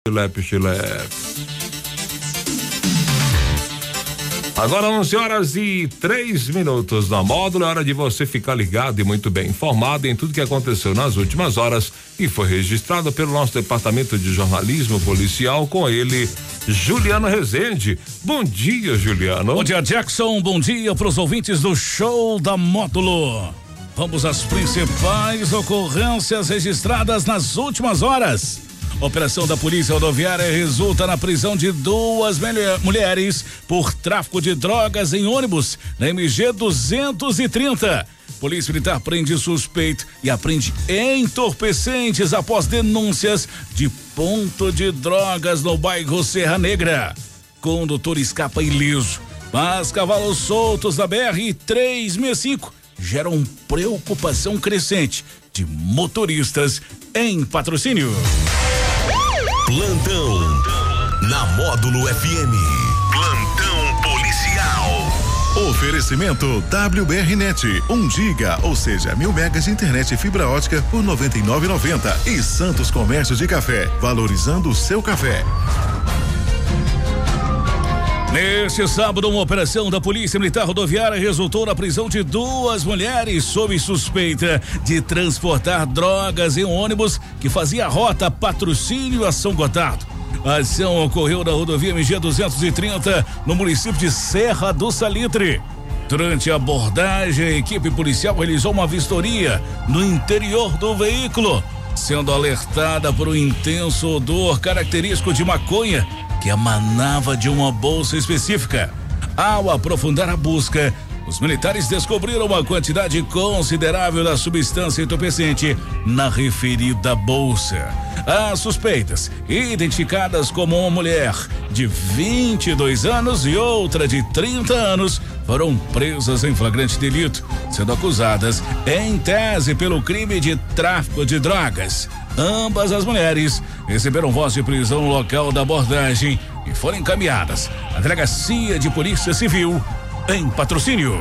Chile. Agora 11h03 na Módulo, é hora de você ficar ligado e muito bem informado em tudo que aconteceu nas últimas horas e foi registrado pelo nosso departamento de jornalismo policial, com ele, Juliano Rezende. Bom dia, Juliano. Bom dia, Jackson. Bom dia para os ouvintes do Show da Módulo. Vamos às principais ocorrências registradas nas últimas horas. Operação da Polícia Rodoviária resulta na prisão de 2 mulheres por tráfico de drogas em ônibus na MG 230. Polícia Militar prende suspeito e apreende entorpecentes após denúncias de ponto de drogas no bairro Serra Negra. Condutor escapa ileso, mas cavalos soltos da BR-365 geram preocupação crescente de motoristas em Patrocínio. Plantão na Módulo FM. Plantão policial. Oferecimento WBRnet, 1 giga, ou seja, 1000 megas de internet e fibra ótica por R$ 99,90. E Santos Comércio de Café, valorizando o seu café. Neste sábado, uma operação da Polícia Militar Rodoviária resultou na prisão de 2 mulheres sob suspeita de transportar drogas em um ônibus que fazia a rota Patrocínio a São Gotardo. A ação ocorreu na rodovia MG 230, no município de Serra do Salitre. Durante a abordagem, a equipe policial realizou uma vistoria no interior do veículo, sendo alertada por um intenso odor característico de maconha que emanava de uma bolsa específica. Ao aprofundar a busca, os militares descobriram uma quantidade considerável da substância entorpecente na referida bolsa. As suspeitas, identificadas como uma mulher de 22 anos e outra de 30 anos, foram presas em flagrante delito, sendo acusadas em tese pelo crime de tráfico de drogas. Ambas as mulheres receberam voz de prisão no local da abordagem e foram encaminhadas à Delegacia de Polícia Civil em Patrocínio.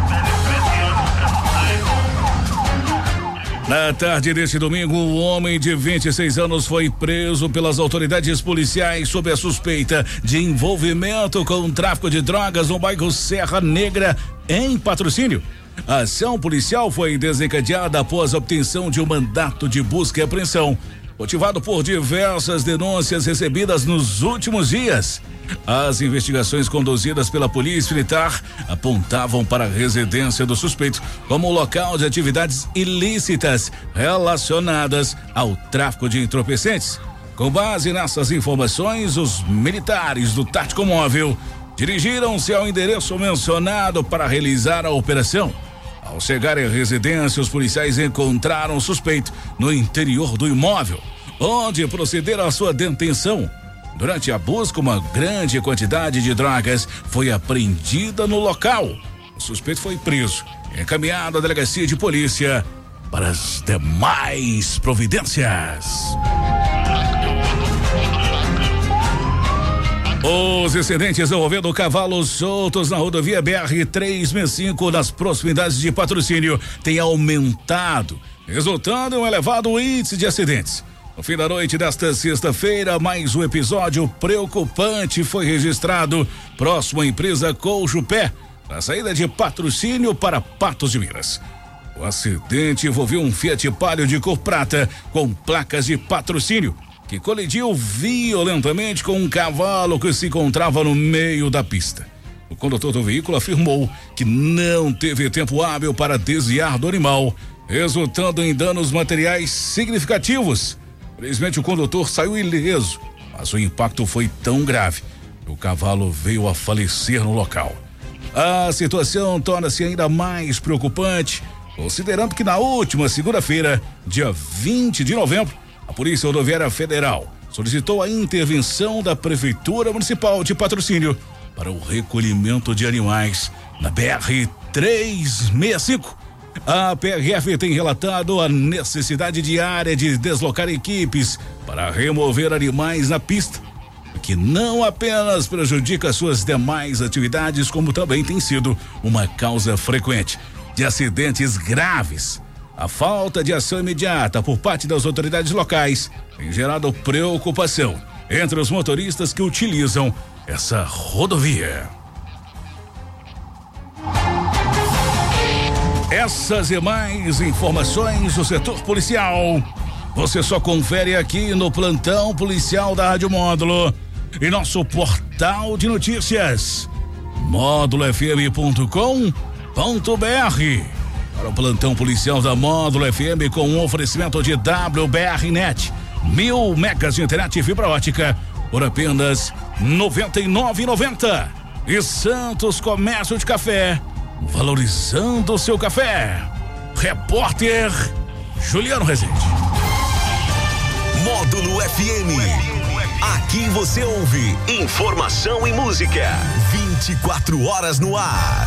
Na tarde deste domingo, um homem de 26 anos foi preso pelas autoridades policiais sob a suspeita de envolvimento com o tráfico de drogas no bairro Serra Negra, em Patrocínio. A ação policial foi desencadeada após a obtenção de um mandato de busca e apreensão, motivado por diversas denúncias recebidas nos últimos dias. As investigações conduzidas pela Polícia Militar apontavam para a residência do suspeito como local de atividades ilícitas relacionadas ao tráfico de entorpecentes. Com base nessas informações, os militares do Tático Móvel dirigiram-se ao endereço mencionado para realizar a operação. Ao chegarem à residência, os policiais encontraram o suspeito no interior do imóvel, onde procederam à sua detenção. Durante a busca, uma grande quantidade de drogas foi apreendida no local. O suspeito foi preso e encaminhado à delegacia de polícia para as demais providências. Os incidentes envolvendo cavalos soltos na rodovia BR-365 nas proximidades de Patrocínio têm aumentado, resultando em um elevado índice de acidentes. No fim da noite desta sexta-feira, mais um episódio preocupante foi registrado próximo à empresa Coujupé, na saída de Patrocínio para Patos de Minas. O acidente envolveu um Fiat Palio de cor prata com placas de Patrocínio, que colidiu violentamente com um cavalo que se encontrava no meio da pista. O condutor do veículo afirmou que não teve tempo hábil para desviar do animal, resultando em danos materiais significativos. Felizmente, o condutor saiu ileso, mas o impacto foi tão grave que o cavalo veio a falecer no local. A situação torna-se ainda mais preocupante, considerando que na última segunda-feira, dia 20 de novembro, a Polícia Rodoviária Federal solicitou a intervenção da Prefeitura Municipal de Patrocínio para o recolhimento de animais na BR-365. A PRF tem relatado a necessidade diária de deslocar equipes para remover animais na pista, o que não apenas prejudica suas demais atividades, como também tem sido uma causa frequente de acidentes graves. A falta de ação imediata por parte das autoridades locais tem gerado preocupação entre os motoristas que utilizam essa rodovia. Essas e mais informações do setor policial você só confere aqui no Plantão Policial da Rádio Módulo e nosso portal de notícias módulofm.com.br. Para o Plantão Policial da Módulo FM com um oferecimento de WBRnet, 1000 megas de internet e fibra ótica por apenas R$ 99,90. E Santos Comércio de Café, valorizando o seu café. Repórter Juliano Rezende. Módulo FM. Aqui você ouve informação e música. 24 horas no ar.